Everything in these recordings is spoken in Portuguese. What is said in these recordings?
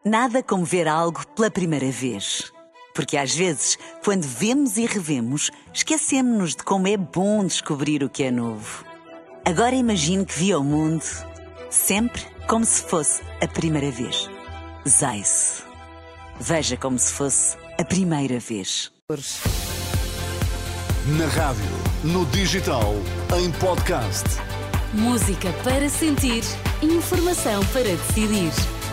Nada como ver algo pela primeira vez. Porque às vezes, quando vemos e revemos, esquecemos-nos de como é bom descobrir o que é novo. Agora imagine que viu o mundo sempre como se fosse a primeira vez. Zais. Veja como se fosse a primeira vez. Na rádio, no digital, em podcast. Música para sentir, informação para decidir.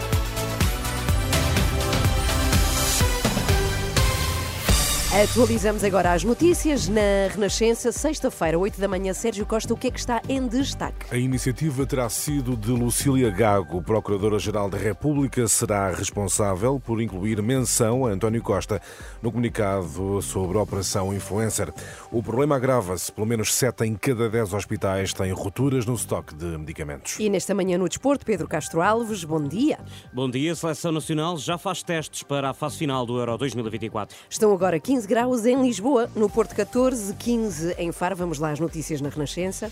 Atualizamos agora as notícias na Renascença, sexta-feira, 8 da manhã. Sérgio Costa, o que é que está em destaque? A iniciativa terá sido de Lucília Gago. Procuradora-Geral da República será responsável por incluir menção a António Costa no comunicado sobre a Operação Influencer. O problema agrava-se. Pelo menos 7 em cada 10 hospitais têm rupturas no estoque de medicamentos. E nesta manhã no desporto, Pedro Castro Alves, bom dia. Bom dia. A Seleção Nacional já faz testes para a fase final do Euro 2024. Estão agora 15 graus em Lisboa, no Porto 14, 15 em Faro. Vamos lá às notícias na Renascença.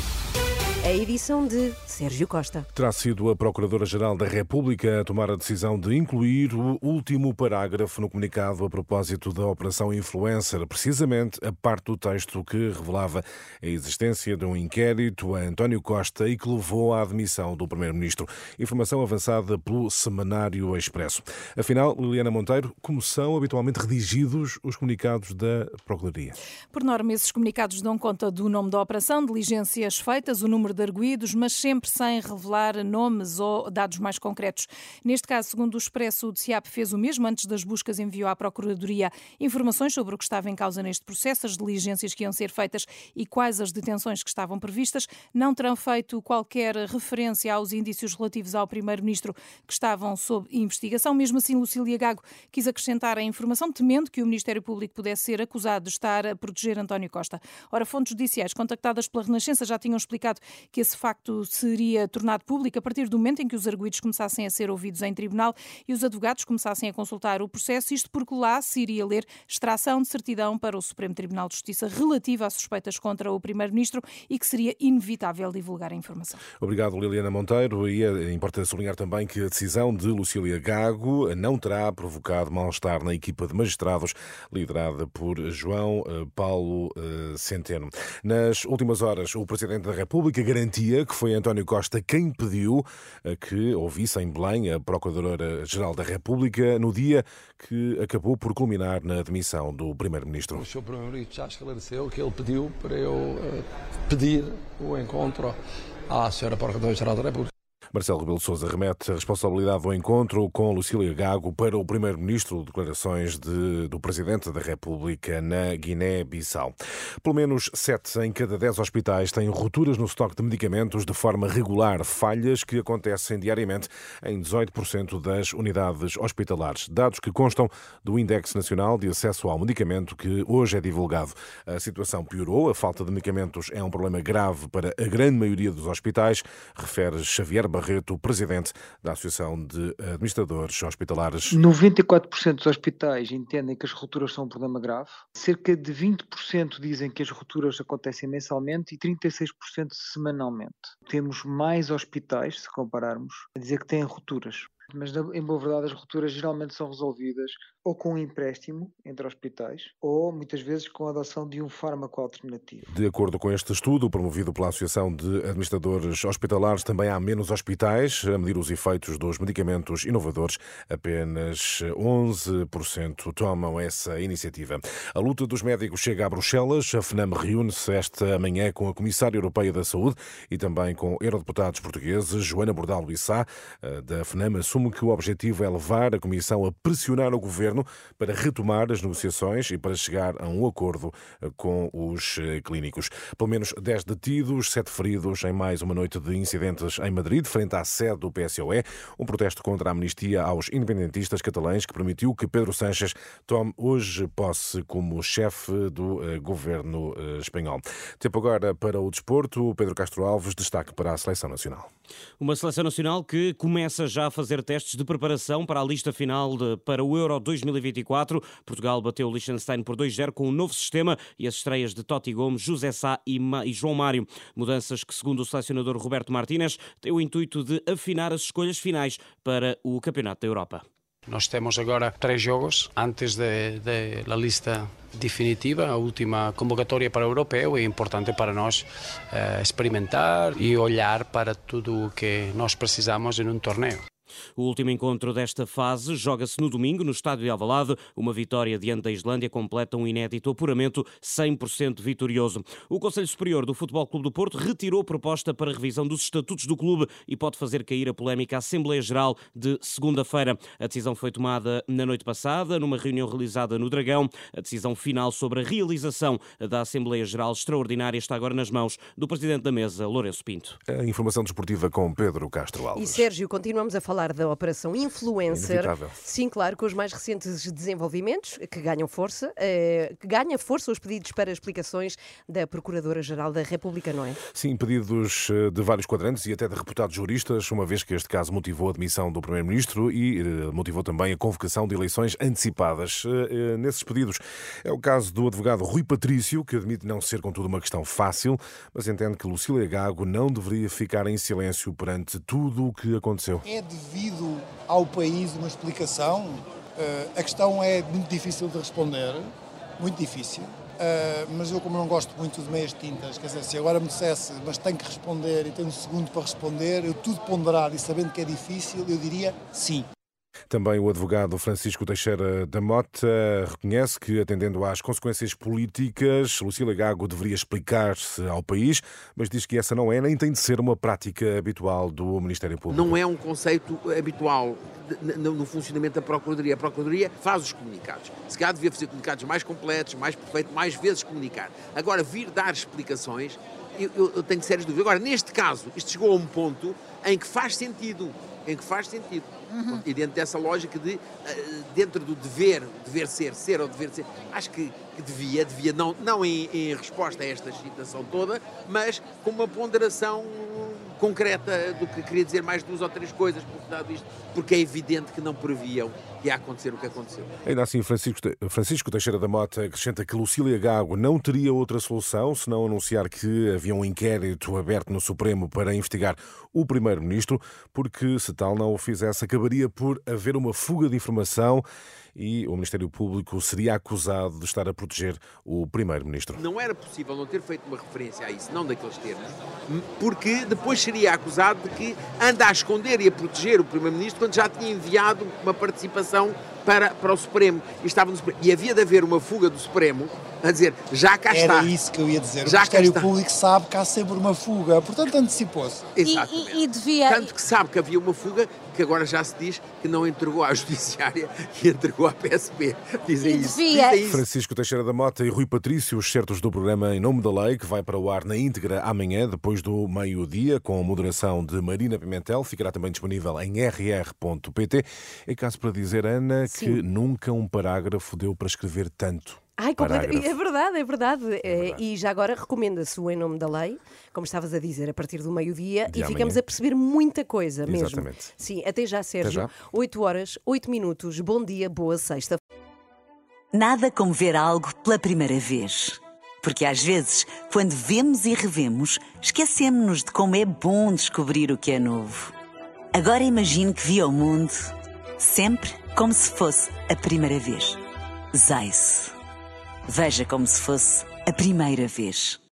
A edição de Sérgio Costa. Terá sido a Procuradora-Geral da República a tomar a decisão de incluir o último parágrafo no comunicado a propósito da Operação Influencer, precisamente a parte do texto que revelava a existência de um inquérito a António Costa e que levou à admissão do Primeiro-Ministro. Informação avançada pelo Semanário Expresso. Afinal, Liliana Monteiro, como são habitualmente redigidos os comunicados da Procuradoria? Por norma, esses comunicados dão conta do nome da operação, diligências feitas, o número de arguídos, mas sempre sem revelar nomes ou dados mais concretos. Neste caso, segundo o Expresso, o DCAP fez o mesmo. Antes das buscas, enviou à Procuradoria informações sobre o que estava em causa neste processo, as diligências que iam ser feitas e quais as detenções que estavam previstas. Não terão feito qualquer referência aos indícios relativos ao Primeiro-Ministro que estavam sob investigação. Mesmo assim, Lucília Gago quis acrescentar a informação, temendo que o Ministério Público pudesse ser acusado de estar a proteger António Costa. Ora, fontes judiciais contactadas pela Renascença já tinham explicado que esse facto seria tornado público a partir do momento em que os arguidos começassem a ser ouvidos em tribunal e os advogados começassem a consultar o processo, isto porque lá se iria ler extração de certidão para o Supremo Tribunal de Justiça relativa a suspeitas contra o Primeiro-Ministro e que seria inevitável divulgar a informação. Obrigado, Liliana Monteiro. E importa sublinhar também que a decisão de Lucília Gago não terá provocado mal-estar na equipa de magistrados liderada por João Paulo Centeno. Nas últimas horas, o Presidente da República garantia que foi António Costa quem pediu que ouvisse em Belém a Procuradora-Geral da República no dia que acabou por culminar na admissão do Primeiro-Ministro. O Sr. Primeiro-Ministro já esclareceu que ele pediu para eu pedir o encontro à Sra. Procuradora-Geral da República. Marcelo Rebelo de Sousa remete a responsabilidade do encontro com Lucília Gago para o Primeiro-Ministro. Declarações do Presidente da República na Guiné-Bissau. Pelo menos 7 em cada 10 hospitais têm rupturas no estoque de medicamentos de forma regular, falhas que acontecem diariamente em 18% das unidades hospitalares. Dados que constam do Índice Nacional de Acesso ao Medicamento que hoje é divulgado. A situação piorou, a falta de medicamentos é um problema grave para a grande maioria dos hospitais, refere Xavier Barreto, presidente da Associação de Administradores Hospitalares. 94% dos hospitais entendem que as rupturas são um problema grave. Cerca de 20% dizem que as rupturas acontecem mensalmente e 36% semanalmente. Temos mais hospitais, se compararmos, a dizer que têm rupturas. Mas, em boa verdade, as rupturas geralmente são resolvidas ou com um empréstimo entre hospitais ou, muitas vezes, com a adoção de um fármaco alternativo. De acordo com este estudo, promovido pela Associação de Administradores Hospitalares, também há menos hospitais a medir os efeitos dos medicamentos inovadores. Apenas 11% tomam essa iniciativa. A luta dos médicos chega a Bruxelas. A FNAM reúne-se esta manhã com a Comissária Europeia da Saúde e também com eurodeputados portugueses. Joana Bordal-Bissá, da FNAM, assume que o objetivo é levar a Comissão a pressionar o Governo para retomar as negociações e para chegar a um acordo com os clínicos. Pelo menos 10 detidos, 7 feridos em mais uma noite de incidentes em Madrid, frente à sede do PSOE, um protesto contra a amnistia aos independentistas catalães que permitiu que Pedro Sánchez tome hoje posse como chefe do Governo espanhol. Tempo agora para o desporto. Pedro Castro Alves, destaque para a Seleção Nacional. Uma seleção nacional que começa já a fazer testes de preparação para a lista final para o Euro 2024. Portugal bateu o Liechtenstein por 2-0 com um novo sistema e as estreias de Totti Gomes, José Sá e João Mário. Mudanças que, segundo o selecionador Roberto Martínez, têm o intuito de afinar as escolhas finais para o Campeonato da Europa. Nós temos agora 3 jogos antes da lista definitiva, a última convocatória para o Europeu. É importante para nós experimentar e olhar para tudo o que nós precisamos em um torneio. O último encontro desta fase joga-se no domingo, no estádio de Alvalade. Uma vitória diante da Islândia completa um inédito apuramento 100% vitorioso. O Conselho Superior do Futebol Clube do Porto retirou proposta para revisão dos estatutos do clube e pode fazer cair a polémica Assembleia Geral de segunda-feira. A decisão foi tomada na noite passada, numa reunião realizada no Dragão. A decisão final sobre a realização da Assembleia Geral Extraordinária está agora nas mãos do Presidente da Mesa, Lourenço Pinto. A informação desportiva com Pedro Castro Alves. E Sérgio, continuamos a falar da Operação Influencer. Inevitável. Sim, claro, com os mais recentes desenvolvimentos que ganham força, ganha força os pedidos para explicações da Procuradora-Geral da República, não é? Sim, pedidos de vários quadrantes e até de reputados juristas, uma vez que este caso motivou a demissão do Primeiro-Ministro e motivou também a convocação de eleições antecipadas. Nesses pedidos é o caso do advogado Rui Patrício, que admite não ser, contudo, uma questão fácil, mas entende que Lucília Gago não deveria ficar em silêncio perante tudo o que aconteceu. É devido ao país uma explicação? A questão é muito difícil de responder, muito difícil, mas eu, como não gosto muito de meias tintas, quer dizer, se agora me dissesse, mas tenho que responder e tenho um segundo para responder, eu tudo ponderado e sabendo que é difícil, eu diria sim. Também o advogado Francisco Teixeira da Mota reconhece que, atendendo às consequências políticas, Lucília Gago deveria explicar-se ao país, mas diz que essa não é nem tem de ser uma prática habitual do Ministério Público. Não é um conceito habitual no funcionamento da Procuradoria. A Procuradoria faz os comunicados. Se calhar devia fazer comunicados mais completos, mais perfeitos, mais vezes comunicar. Agora, vir dar explicações, eu tenho sérias dúvidas. Agora, neste caso, isto chegou a um ponto em que faz sentido. Uhum. E dentro dessa lógica de, dentro do dever ser ou dever ser, acho que devia não em resposta a esta citação toda, mas com uma ponderação concreta do que queria dizer mais 2 ou 3 coisas, porque é evidente que não previam que ia acontecer o que aconteceu. Ainda assim, Francisco Teixeira da Mota acrescenta que Lucília Gago não teria outra solução senão anunciar que havia um inquérito aberto no Supremo para investigar o Primeiro-Ministro, porque se tal não o fizesse, acabaria por haver uma fuga de informação e o Ministério Público seria acusado de estar a proteger o Primeiro-Ministro. Não era possível não ter feito uma referência a isso, não daqueles termos, porque depois seria acusado de que anda a esconder e a proteger o Primeiro-Ministro quando já tinha enviado uma participação para o Supremo. E havia de haver uma fuga do Supremo a dizer, já cá está. Era isso que eu ia dizer. O Ministério Público sabe que há sempre uma fuga, portanto antecipou-se. Exatamente. E devia... Tanto que sabe que havia uma fuga que agora já se diz que não entregou à Judiciária e entregou à PSP. Dizem isso. Francisco Teixeira da Mota e Rui Patrício, os certos do programa Em Nome da Lei, que vai para o ar na íntegra amanhã, depois do meio-dia, com a moderação de Marina Pimentel. Ficará também disponível em rr.pt. É caso para dizer, Ana, que nunca um parágrafo deu para escrever tanto. É verdade. E já agora recomenda-se o Em Nome da Lei, como estavas a dizer, a partir do meio-dia, e ficamos a perceber muita coisa mesmo. Exatamente. Sim, até já, Sérgio. Até já. 8 horas, 8 minutos. Bom dia, boa sexta. Nada como ver algo pela primeira vez. Porque às vezes, quando vemos e revemos, esquecemos-nos de como é bom descobrir o que é novo. Agora imagine que viu o mundo sempre como se fosse a primeira vez. Zais. Veja como se fosse a primeira vez.